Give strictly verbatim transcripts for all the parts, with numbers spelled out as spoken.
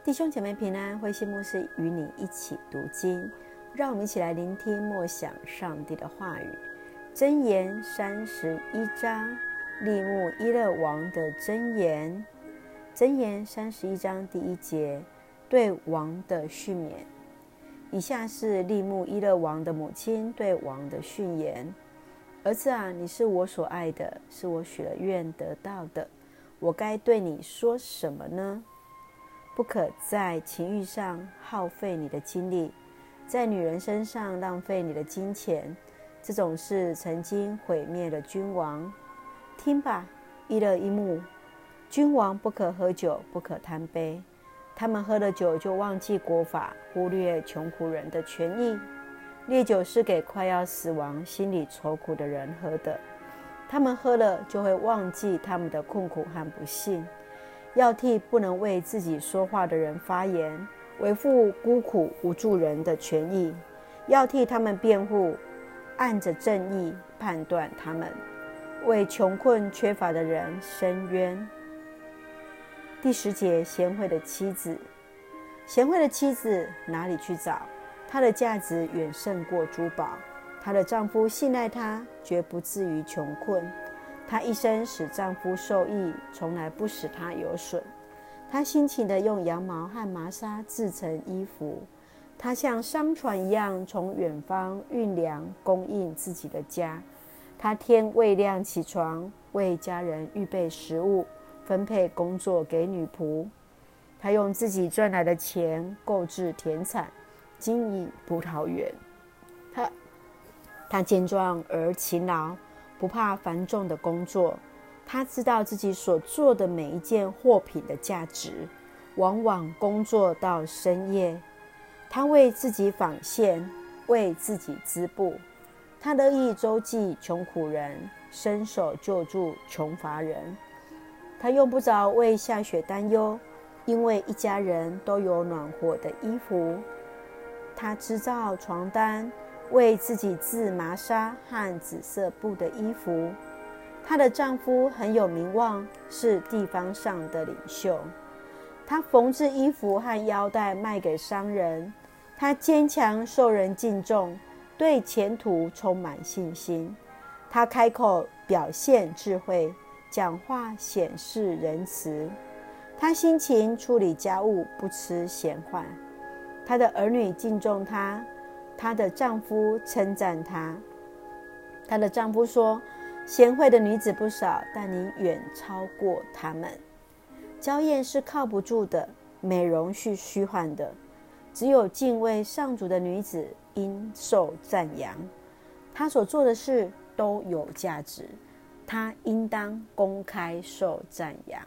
弟兄姐妹平安，慧馨牧师与你一起读经，让我们一起来聆听默想上帝的话语。箴言三十一章，利慕伊勒王的箴言。箴言三十一章第一节，对王的训勉。以下是利慕伊勒王的母亲对王的训言：儿子啊，你是我所爱的，是我许了愿得到的，我该对你说什么呢？不可在情欲上耗费你的精力，在女人身上浪费你的金钱，这种事曾经毁灭了君王。听吧，伊勒伊木，君王不可喝酒，不可贪杯，他们喝了酒就忘记国法，忽略穷苦人的权益。烈酒是给快要死亡、心里愁苦的人喝的，他们喝了就会忘记他们的困苦和不幸。要替不能为自己说话的人发言，维护孤苦无助人的权益，要替他们辩护，按着正义判断他们，为穷困缺乏的人伸冤。第十节，贤惠的妻子。贤惠的妻子哪里去找？她的价值远胜过珠宝。她的丈夫信赖她，绝不至于穷困。她一生使丈夫受益，从来不使他有损。她辛勤地用羊毛和麻纱制成衣服。她像商船一样从远方运粮，供应自己的家。她天未亮起床，为家人预备食物，分配工作给女仆。她用自己赚来的钱购置田产，经营葡萄园。她她健壮而勤劳，不怕繁重的工作。他知道自己所做的每一件货品的价值，往往工作到深夜。他为自己纺线，为自己织布。他乐意周济穷苦人，伸手救助穷乏人。他用不着为下雪担忧，因为一家人都有暖和的衣服。他织造床单，为自己制麻纱和紫色布的衣服。她的丈夫很有名望，是地方上的领袖。她缝制衣服和腰带卖给商人。她坚强，受人敬重，对前途充满信心。她开口表现智慧，讲话显示仁慈。她辛勤处理家务，不吃闲饭。她的儿女敬重她，她的丈夫称赞她。她的丈夫说：贤惠的女子不少，但你远超过她们。娇艳是靠不住的，美容是虚幻的，只有敬畏上主的女子应受赞扬。她所做的事都有价值，她应当公开受赞扬。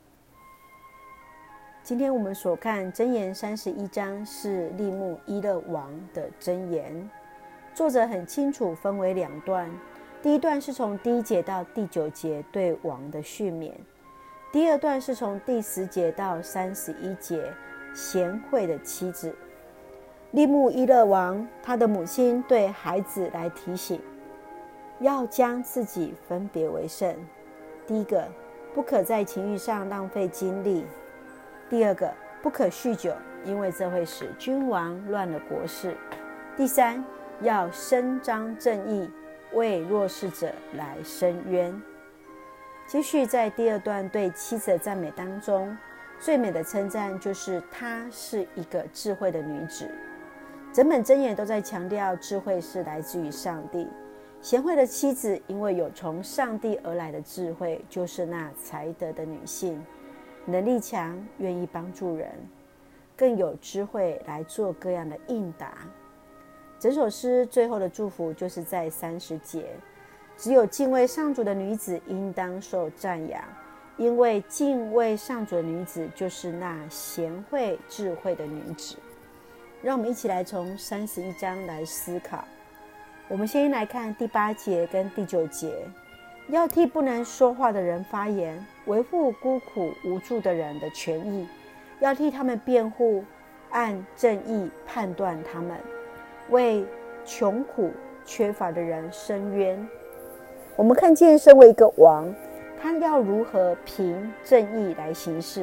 今天我们所看箴言三十一章是利慕伊勒王的箴言，作者很清楚分为两段。第一段是从第一节到第九节对王的训勉，第二段是从第十节到三十一节贤惠的妻子。利慕伊勒王，他的母亲对孩子来提醒，要将自己分别为圣。第一个，不可在情欲上浪费精力；第二个，不可酗酒，因为这会使君王乱了国事；第三，要伸张正义，为弱势者来伸冤。接续在第二段对妻子的赞美当中，最美的称赞就是她是一个智慧的女子。整本箴言都在强调智慧是来自于上帝。贤惠的妻子因为有从上帝而来的智慧，就是那才德的女性，能力强，愿意帮助人，更有智慧来做各样的应答。整首诗最后的祝福就是在三十节，只有敬畏上主的女子应当受赞扬，因为敬畏上主的女子就是那贤惠智慧的女子。让我们一起来从三十一章来思考。我们先来看第八节跟第九节，要替不能说话的人发言，维护孤苦无助的人的权益，要替他们辩护，按正义判断他们，为穷苦缺乏的人伸冤。我们看见身为一个王，他要如何凭正义来行事，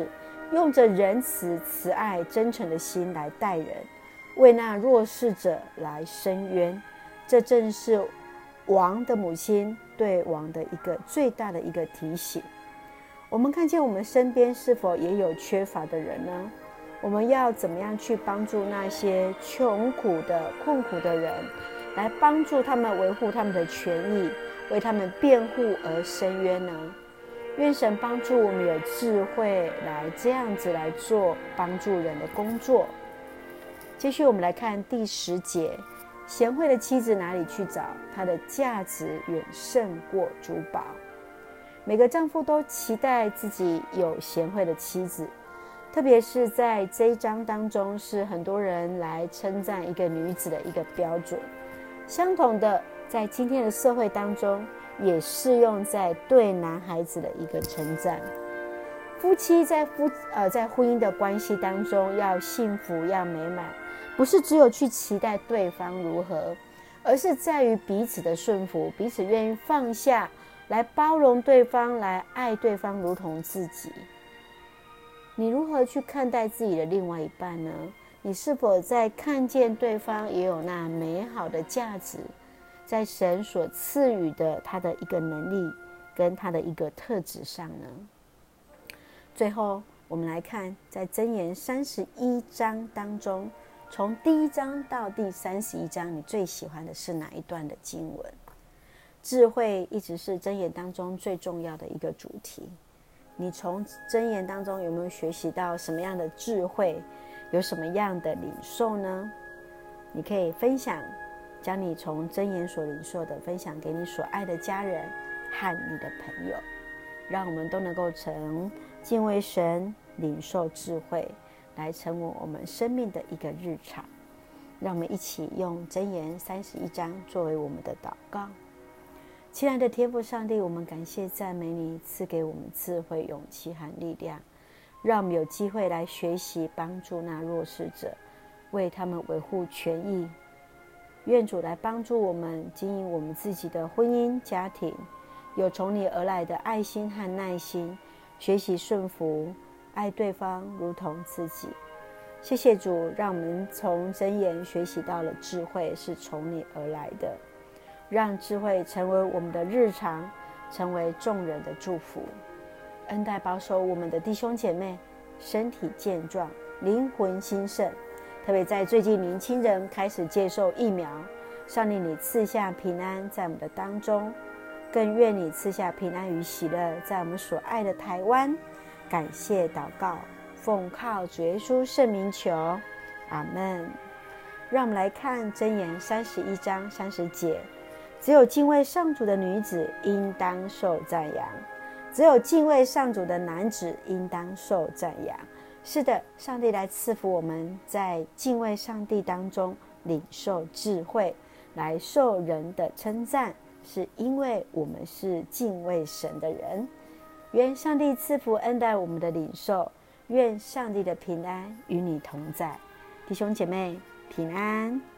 用着仁慈、慈爱、真诚的心来待人，为那弱势者来伸冤。这正是王的母亲对王的一个最大的一个提醒。我们看见我们身边是否也有缺乏的人呢？我们要怎么样去帮助那些穷苦的、困苦的人，来帮助他们维护他们的权益，为他们辩护而伸冤呢？愿神帮助我们有智慧来这样子来做帮助人的工作。接续我们来看第十节，贤惠的妻子哪里去找？她的价值远胜过珠宝。每个丈夫都期待自己有贤惠的妻子，特别是在这一章当中，是很多人来称赞一个女子的一个标准。相同的，在今天的社会当中，也适用在对男孩子的一个称赞。夫妻在夫呃在婚姻的关系当中，要幸福要美满，不是只有去期待对方如何，而是在于彼此的顺服，彼此愿意放下，来包容对方，来爱对方如同自己。你如何去看待自己的另外一半呢？你是否在看见对方也有那美好的价值，在神所赐予的他的一个能力跟他的一个特质上呢？最后我们来看在箴言三十一章当中，从第一章到第三十一章，你最喜欢的是哪一段的经文？智慧一直是箴言当中最重要的一个主题。你从箴言当中有没有学习到什么样的智慧，有什么样的领受呢？你可以分享，将你从箴言所领受的分享给你所爱的家人和你的朋友，让我们都能够从敬畏神、领受智慧，来成为我们生命的一个日常。让我们一起用箴言三十一章作为我们的祷告。亲爱的天父上帝，我们感谢赞美你，赐给我们智慧、勇气和力量，让我们有机会来学习帮助那弱势者，为他们维护权益。愿主来帮助我们经营我们自己的婚姻家庭，有从你而来的爱心和耐心，学习顺服，爱对方如同自己。谢谢主，让我们从箴言学习到了智慧是从你而来的，让智慧成为我们的日常，成为众人的祝福。恩待保守我们的弟兄姐妹身体健壮，灵魂兴盛，特别在最近年轻人开始接受疫苗，上帝你赐下平安在我们的当中，更愿你赐下平安与喜乐在我们所爱的台湾。感谢祷告，奉靠主耶稣圣名求，阿们。让我们来看箴言三十一章三十节，只有敬畏上主的女子应当受赞扬，只有敬畏上主的男子应当受赞扬。是的，上帝来赐福我们在敬畏上帝当中领受智慧，来受人的称赞，是因为我们是敬畏神的人。愿上帝赐福恩待我们的领受，愿上帝的平安与你同在。弟兄姐妹平安。